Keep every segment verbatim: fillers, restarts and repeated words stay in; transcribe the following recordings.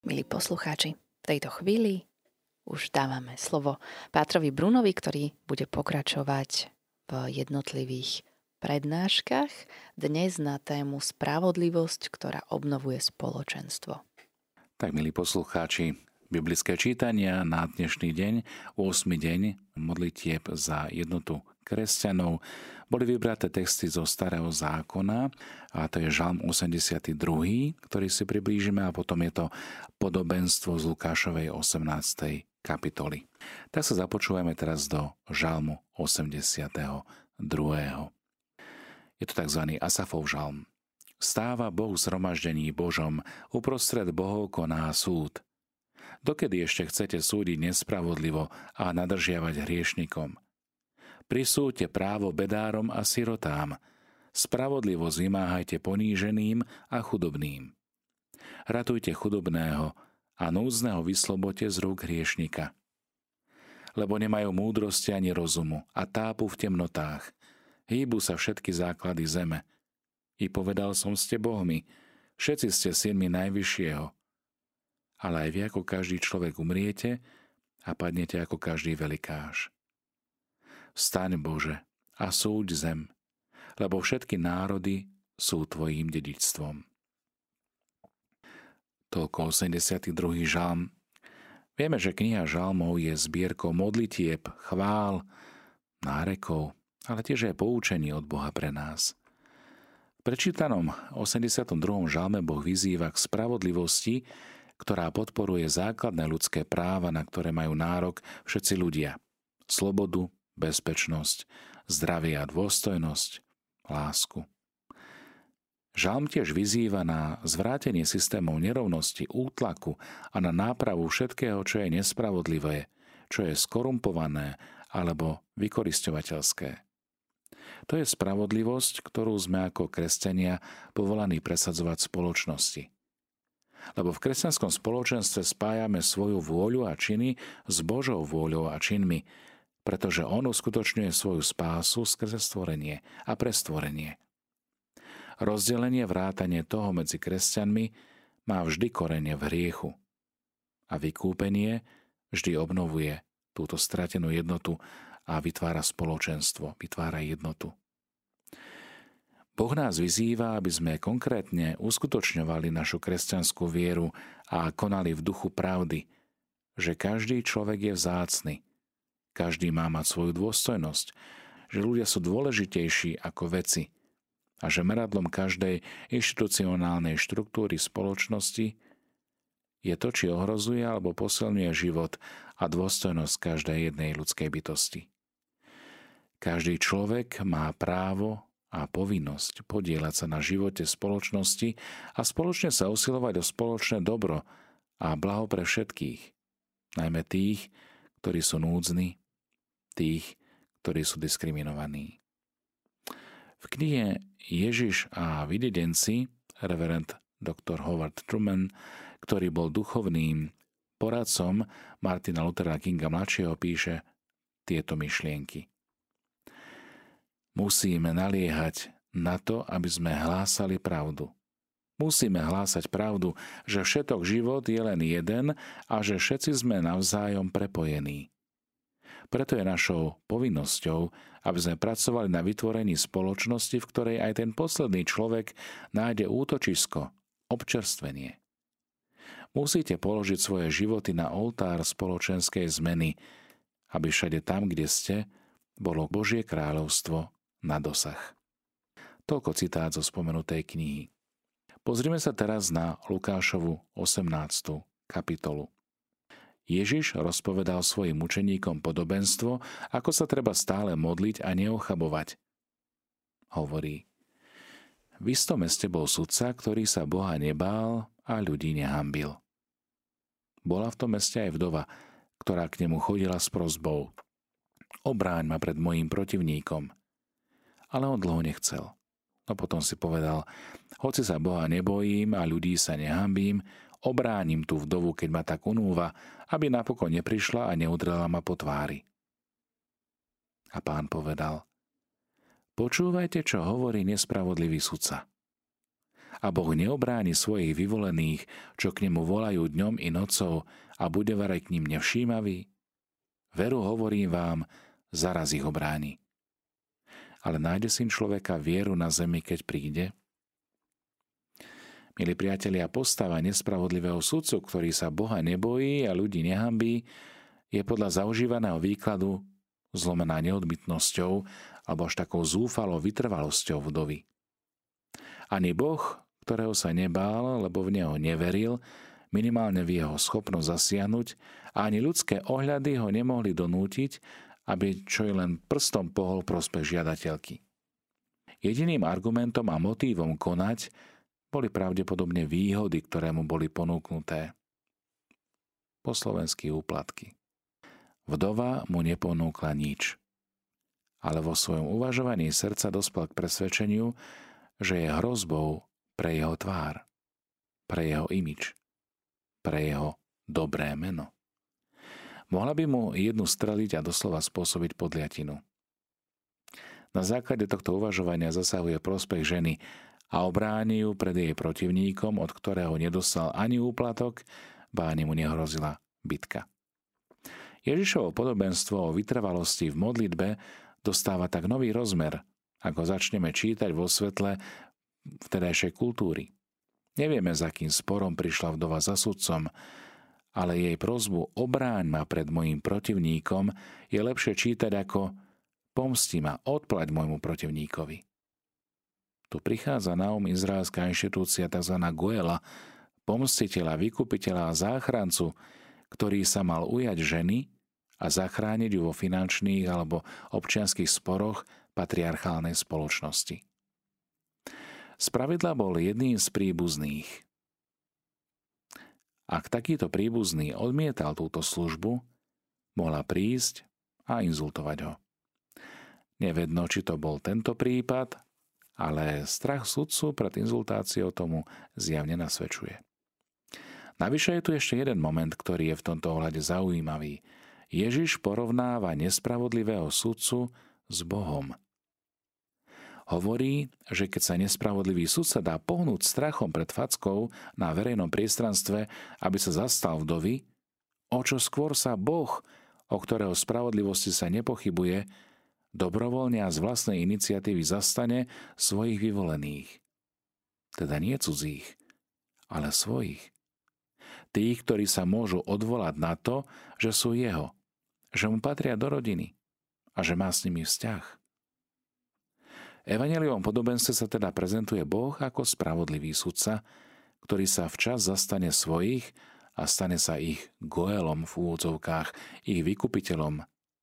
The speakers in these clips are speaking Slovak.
Milí poslucháči, v tejto chvíli už dávame slovo Pátrovi Brunovi, ktorý bude pokračovať v jednotlivých prednáškach dnes na tému spravodlivosť, ktorá obnovuje spoločenstvo. Tak, milí poslucháči, biblické čítania na dnešný deň, ôsmy deň modlitieb za jednotu kresťanov, boli vybraté texty zo Starého zákona, a to je Žalm osemdesiaty druhý, ktorý si priblížime, a potom je to podobenstvo z Lukášovej osemnástej kapitoly. Tak sa započúvame teraz do Žalmu osemdesiateho druhého. Je to tzv. Asafov žalm. Stáva Boh v zhromaždení Božom, uprostred bohov koná súd. Dokedy ešte chcete súdiť nespravodlivo a nadržiavať hriešnikom? Prisúďte právo bedárom a sirotám. Spravodlivosť vymáhajte poníženým a chudobným. Ratujte chudobného a núdzneho vyslobodte z rúk hriešnika. Lebo nemajú múdrosti ani rozumu a tápu v temnotách. Hýbu sa všetky základy zeme. I povedal som, ste bohmi, všetci ste synmi Najvyššieho. Ale aj vy ako každý človek umriete a padnete ako každý velikáš. Vstaň, Bože, a súď zem, lebo všetky národy sú tvojím dedičstvom. Toľko osemdesiaty druhý žalm. Vieme, že kniha žalmov je zbierkou modlitieb, chvál, nárekov, ale tiež je poučenie od Boha pre nás. V prečítanom osemdesiatom druhom žalme Boh vyzýva k spravodlivosti, ktorá podporuje základné ľudské práva, na ktoré majú nárok všetci ľudia. Slobodu, bezpečnosť, zdravie a dôstojnosť, lásku. Žalm tiež vyzýva na zvrátenie systémov nerovnosti, útlaku a na nápravu všetkého, čo je nespravodlivé, čo je skorumpované alebo vykorisťovateľské. To je spravodlivosť, ktorú sme ako kresťania povolaní presadzovať v spoločnosti. Lebo v kresťanskom spoločenstve spájame svoju vôľu a činy s Božou vôľou a činmi, pretože on uskutočňuje svoju spásu skrze stvorenie a pre stvorenie. Rozdelenie, vrátanie toho medzi kresťanmi má vždy korene v hriechu. A vykúpenie vždy obnovuje túto stratenú jednotu a vytvára spoločenstvo, vytvára jednotu. Boh nás vyzýva, aby sme konkrétne uskutočňovali našu kresťanskú vieru a konali v duchu pravdy, že každý človek je vzácny, každý má mať svoju dôstojnosť, že ľudia sú dôležitejší ako veci a že meradlom každej inštitucionálnej štruktúry spoločnosti je to, či ohrozuje alebo posilňuje život a dôstojnosť každej jednej ľudskej bytosti. Každý človek má právo a povinnosť podieľať sa na živote spoločnosti a spoločne sa usilovať o spoločné dobro a blaho pre všetkých, najmä tých, ktorí sú núdzni, tých, ktorí sú diskriminovaní. V knihe Ježiš a vydedenci reverend doktor Howard Truman, ktorý bol duchovným poradcom Martina Luthera Kinga mladšieho, píše tieto myšlienky. Musíme naliehať na to, aby sme hlásali pravdu. Musíme hlásať pravdu, že všetok život je len jeden a že všetci sme navzájom prepojení. Preto je našou povinnosťou, aby sme pracovali na vytvorení spoločnosti, v ktorej aj ten posledný človek nájde útočisko, občerstvenie. Musíte položiť svoje životy na oltár spoločenskej zmeny, aby všade tam, kde ste, bolo Božie kráľovstvo na dosah. Toľko citát zo spomenutej knihy. Pozrime sa teraz na Lukášovu osemnástu kapitolu. Ježiš rozpovedal svojim učeníkom podobenstvo, ako sa treba stále modliť a neochabovať. Hovorí: v istom meste bol sudca, ktorý sa Boha nebál a ľudí nehanbil. Bola v tom meste aj vdova, ktorá k nemu chodila s prosbou: obráň ma pred mojím protivníkom. Ale on dlho nechcel. No potom si povedal: hoci sa Boha nebojím a ľudí sa nehanbím, obránim tú vdovu, keď ma tak unúva, aby napokon neprišla a neudrela ma po tvári. A Pán povedal: počúvajte, čo hovorí nespravodlivý sudca. a Boh neobráni svojich vyvolených, čo k nemu volajú dňom i nocou a bude varaj k ním nevšímavý? Veru hovorím vám, zaraz ich obráni. Ale nájde syn človeka vieru na zemi, keď príde? Milí priatelia, postava nespravodlivého sudcu, ktorý sa Boha nebojí a ľudí nehanbí, je podľa zaužívaného výkladu zlomená neodbytnosťou alebo až takou zúfalou vytrvalosťou vdovy. Ani Boh, ktorého sa nebál, lebo v neho neveril, minimálne v jeho schopnosť zasiahnuť, a ani ľudské ohľady ho nemohli donútiť, aby čo i len prstom pohol prospech žiadateľky. Jediným argumentom a motívom konať boli pravdepodobne výhody, ktoré mu boli ponúknuté. Po slovensky úplatky. Vdova mu neponúkla nič, ale vo svojom uvažovaní srdca dospel k presvedčeniu, že je hrozbou pre jeho tvár, pre jeho imič, pre jeho dobré meno. Mohla by mu jednu streliť a doslova spôsobiť podliatinu. Na základe tohto uvažovania zasahuje prospech ženy a obráni ju pred jej protivníkom, od ktorého nedostal ani úplatok, ba ani mu nehrozila bitka. Ježišovo podobenstvo o vytrvalosti v modlitbe dostáva tak nový rozmer, ako začneme čítať vo svetle vtedajšej kultúry. Nevieme, za akým sporom prišla vdova za sudcom, ale jej prosbu obráň ma pred mojím protivníkom je lepšie čítať ako pomsti ma, odplať môjmu protivníkovi. Tu prichádza na um izraelská inštitúcia tzv. Goela, pomstiteľa, vykupiteľa a záchrancu, ktorý sa mal ujať ženy a zachrániť ju vo finančných alebo občianskych sporoch patriarchálnej spoločnosti. Spravidla bol jedným z príbuzných. Ak takýto príbuzný odmietal túto službu, mohla prísť a inzultovať ho. Nevedno, či to bol tento prípad, ale strach sudcu pred inzultáciou tomu zjavne nasvedčuje. Navyše je tu ešte jeden moment, ktorý je v tomto ohľade zaujímavý. Ježiš porovnáva nespravodlivého sudcu s Bohom. Hovorí, že keď sa nespravodlivý sudca dá pohnúť strachom pred fackou na verejnom priestranstve, aby sa zastal vdovy, o čo skôr sa Boh, o ktorého spravodlivosti sa nepochybuje, dobrovoľne a z vlastnej iniciatívy zastane svojich vyvolených. Teda nie cudzích, ale svojich. Tých, ktorí sa môžu odvolať na to, že sú jeho, že mu patria do rodiny a že má s nimi vzťah. V evanjeliovom podobenstve sa teda prezentuje Boh ako spravodlivý sudca, ktorý sa včas zastane svojich a stane sa ich goelom v úvodzovkách, ich vykupiteľom.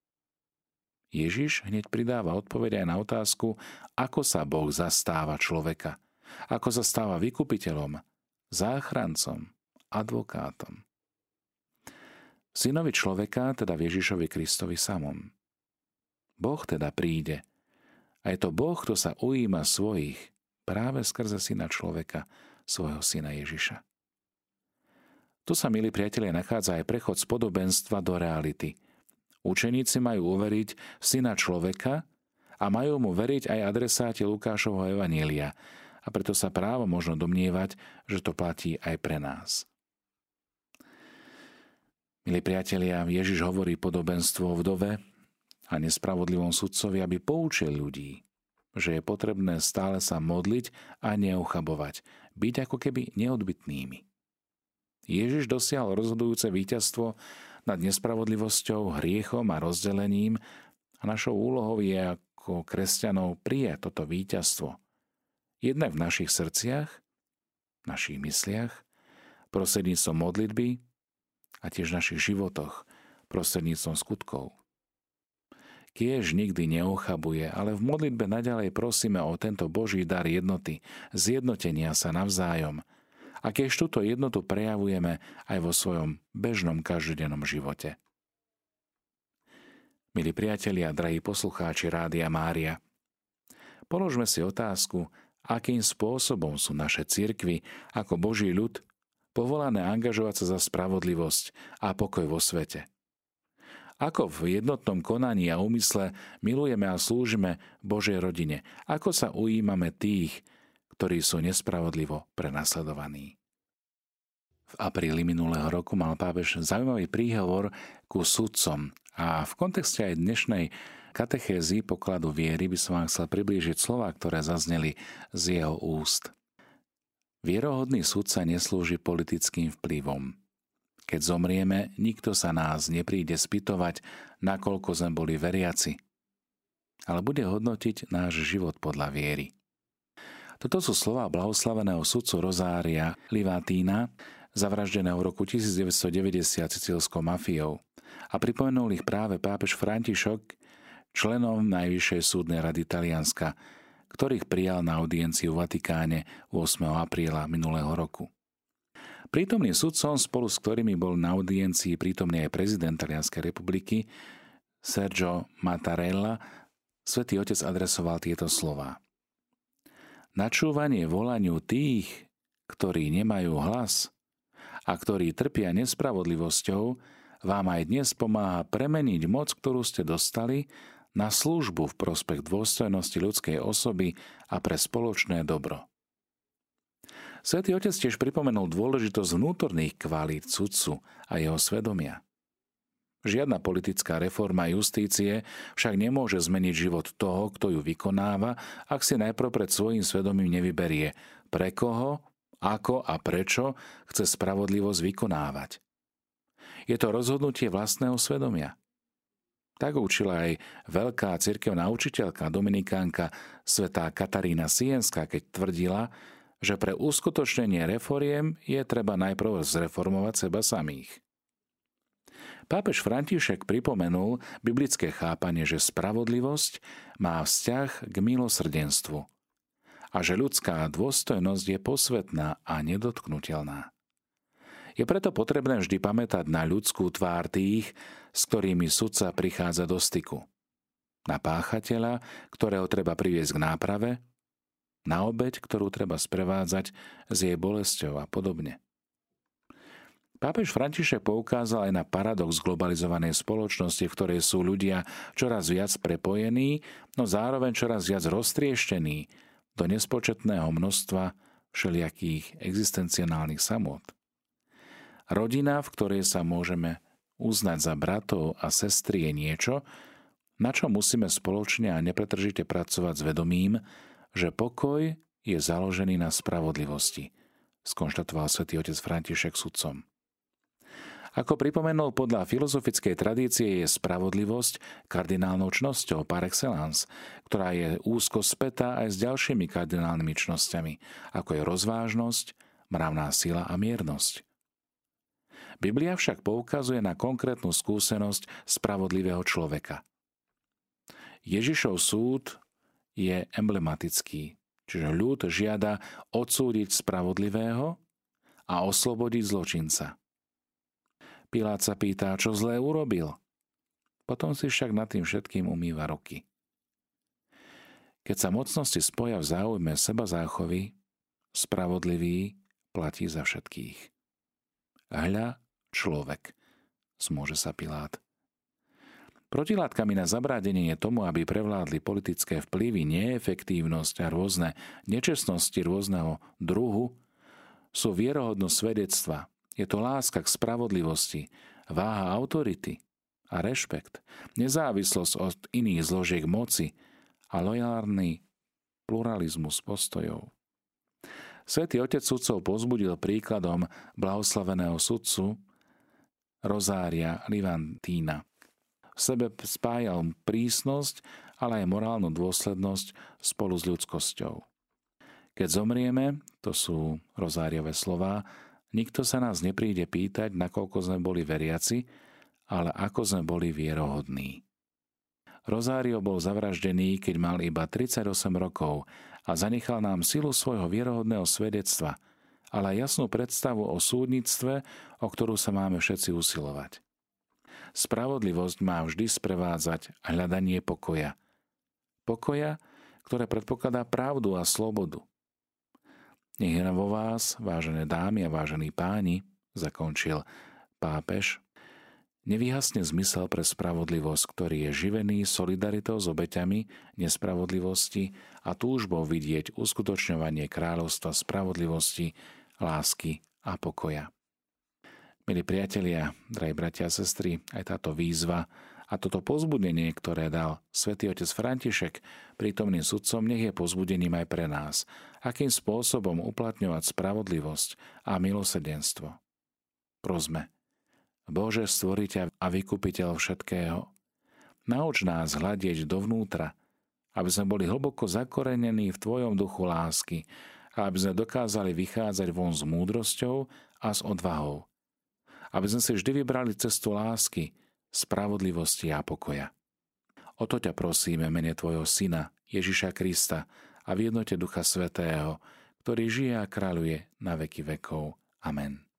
Ježiš hneď pridáva odpoveď aj na otázku, ako sa Boh zastáva človeka, ako sa stáva vykupiteľom, záchrancom, advokátom. Synovi človeka, teda v Ježišovi Kristovi samom. Boh teda príde. A je to Boh, kto sa ujíma svojich práve skrze syna človeka, svojho syna Ježiša. Tu sa, milí priatelia, nachádza aj prechod z podobenstva do reality. Učeníci majú uveriť v syna človeka a majú mu veriť aj adresáti Lukášovho evanjelia, a preto sa právo možno domnievať, že to platí aj pre nás. Milí priatelia, Ježiš hovorí podobenstvo o vdove a nespravodlivom sudcovi, aby poučil ľudí, že je potrebné stále sa modliť a neuchabovať, byť ako keby neodbytnými. Ježiš dosiahol rozhodujúce víťazstvo nad nespravodlivosťou, hriechom a rozdelením a našou úlohou je ako kresťanov prijať toto víťazstvo. Jednak v našich srdciach, v našich mysliach, prostredníctvom modlitby a tiež v našich životoch, prostredníctvom skutkov. Kiež nikdy neochabuje, ale v modlitbe naďalej prosíme o tento Boží dar jednoty, zjednotenia sa navzájom. A keď túto jednotu prejavujeme aj vo svojom bežnom každodennom živote. Milí priatelia, drahí poslucháči Rádia Mária, položme si otázku, akým spôsobom sú naše cirkvi ako Boží ľud povolané angažovať sa za spravodlivosť a pokoj vo svete. Ako v jednotnom konaní a úmysle milujeme a slúžime Božej rodine? Ako sa ujímame tých, ktorí sú nespravodlivo prenasledovaní. V apríli minulého roku mal pápež zaujímavý príhovor ku sudcom a v kontexte aj dnešnej katechézy pokladu viery by som vám chcel priblížiť slová, ktoré zazneli z jeho úst. Vierohodný sudca neslúži politickým vplyvom. Keď zomrieme, nikto sa nás nepríde spýtovať, nakoľko sme boli veriaci, ale bude hodnotiť náš život podľa viery. Toto sú slová blahoslaveného sudcu Rozária Livatína, zavraždeného v roku devätnásťstodeväťdesiat sicílskou mafiou, a pripomenul ich práve pápež František, členom Najvyššej súdnej rady Talianska, ktorých prijal na audienciu v Vatikáne ôsmeho apríla minulého roku. Prítomným sudcom, spolu s ktorými bol na audiencii prítomný aj prezident Talianskej republiky Sergio Mattarella, Svätý Otec adresoval tieto slová. Načúvanie volaniu tých, ktorí nemajú hlas a ktorí trpia nespravodlivosťou, vám aj dnes pomáha premeniť moc, ktorú ste dostali, na službu v prospech dôstojnosti ľudskej osoby a pre spoločné dobro. Svätý Otec tiež pripomenul dôležitosť vnútorných kvalít sudcu a jeho svedomia. Žiadna politická reforma justície však nemôže zmeniť život toho, kto ju vykonáva, ak si najprv pred svojím svedomím nevyberie, pre koho, ako a prečo chce spravodlivosť vykonávať. Je to rozhodnutie vlastného svedomia. Tak učila aj veľká cirkevná učiteľka dominikánka svätá Katarína Sienská, keď tvrdila, že pre uskutočnenie reforiem je treba najprv zreformovať seba samých. Pápež František pripomenul biblické chápanie, že spravodlivosť má vzťah k milosrdenstvu a že ľudská dôstojnosť je posvätná a nedotknuteľná. Je preto potrebné vždy pamätať na ľudskú tvár tých, s ktorými sudca prichádza do styku. Na páchateľa, ktorého treba priviesť k náprave, na obeť, ktorú treba sprevádzať s jej bolesťou a podobne. Pápež František poukázal aj na paradox globalizovanej spoločnosti, v ktorej sú ľudia čoraz viac prepojení, no zároveň čoraz viac roztrieštení do nespočetného množstva všelijakých existenciálnych samôt. Rodina, v ktorej sa môžeme uznať za bratov a sestry, je niečo, na čo musíme spoločne a nepretržite pracovať s vedomím, že pokoj je založený na spravodlivosti, skonštatoval svätý Otec František sudcom. Ako pripomenul, podľa filozofickej tradície je spravodlivosť kardinálnou čnosťou par excellence, ktorá je úzko spätá aj s ďalšími kardinálnymi čnosťami, ako je rozvážnosť, mravná sila a miernosť. Biblia však poukazuje na konkrétnu skúsenosť spravodlivého človeka. Ježišov súd je emblematický, čiže ľud žiada odsúdiť spravodlivého a oslobodiť zločinca. Pilát sa pýta, čo zlé urobil. Potom si však nad tým všetkým umýva ruky. Keď sa mocnosti spoja v záujme seba záchovy, spravodlivý platí za všetkých. Hľa, človek, zmôže sa Pilát. Protilátkami na zabránenie tomu, aby prevládli politické vplyvy, neefektívnosť a rôzne nečestnosti rôzneho druhu, sú vierohodnosť svedectva. Je to láska k spravodlivosti, váha autority a rešpekt, nezávislosť od iných zložiek moci a lojálny pluralizmus postojov. Svätý Otec sudcov povzbudil príkladom blahoslaveného sudcu Rozária Livatína. V sebe spájal prísnosť, ale aj morálnu dôslednosť spolu s ľudskosťou. Keď zomrieme, to sú Rozáriové slová, nikto sa nás nepríde pýtať, nakoľko sme boli veriaci, ale ako sme boli vierohodní. Rozário bol zavraždený, keď mal iba tridsaťosem rokov a zanechal nám silu svojho vierohodného svedectva, ale aj jasnú predstavu o súdnictve, o ktorú sa máme všetci usilovať. Spravodlivosť má vždy sprevádzať hľadanie pokoja. Pokoja, ktoré predpokladá pravdu a slobodu. Nech je vo vás, vážené dámy a vážení páni, zakončil pápež, nevyhasne zmysel pre spravodlivosť, ktorý je živený solidaritou s obeťami nespravodlivosti a túžbou vidieť uskutočňovanie kráľovstva spravodlivosti, lásky a pokoja. Milí priatelia, drahí bratia a sestry, aj táto výzva a toto povzbudenie, ktoré dal svätý otec František prítomným sudcom, nech je povzbudením aj pre nás, akým spôsobom uplatňovať spravodlivosť a milosrdenstvo. Prosme. Bože, stvoriteľ a vykupiteľ všetkého, nauč nás hľadieť dovnútra, aby sme boli hlboko zakorenení v Tvojom duchu lásky a aby sme dokázali vychádzať von s múdrosťou a s odvahou. Aby sme si vždy vybrali cestu lásky, spravodlivosti a pokoja. O to ťa prosíme mene Tvojho Syna, Ježiša Krista, a v jednote Ducha Svätého, ktorý žije a kráľuje na veky vekov. Amen.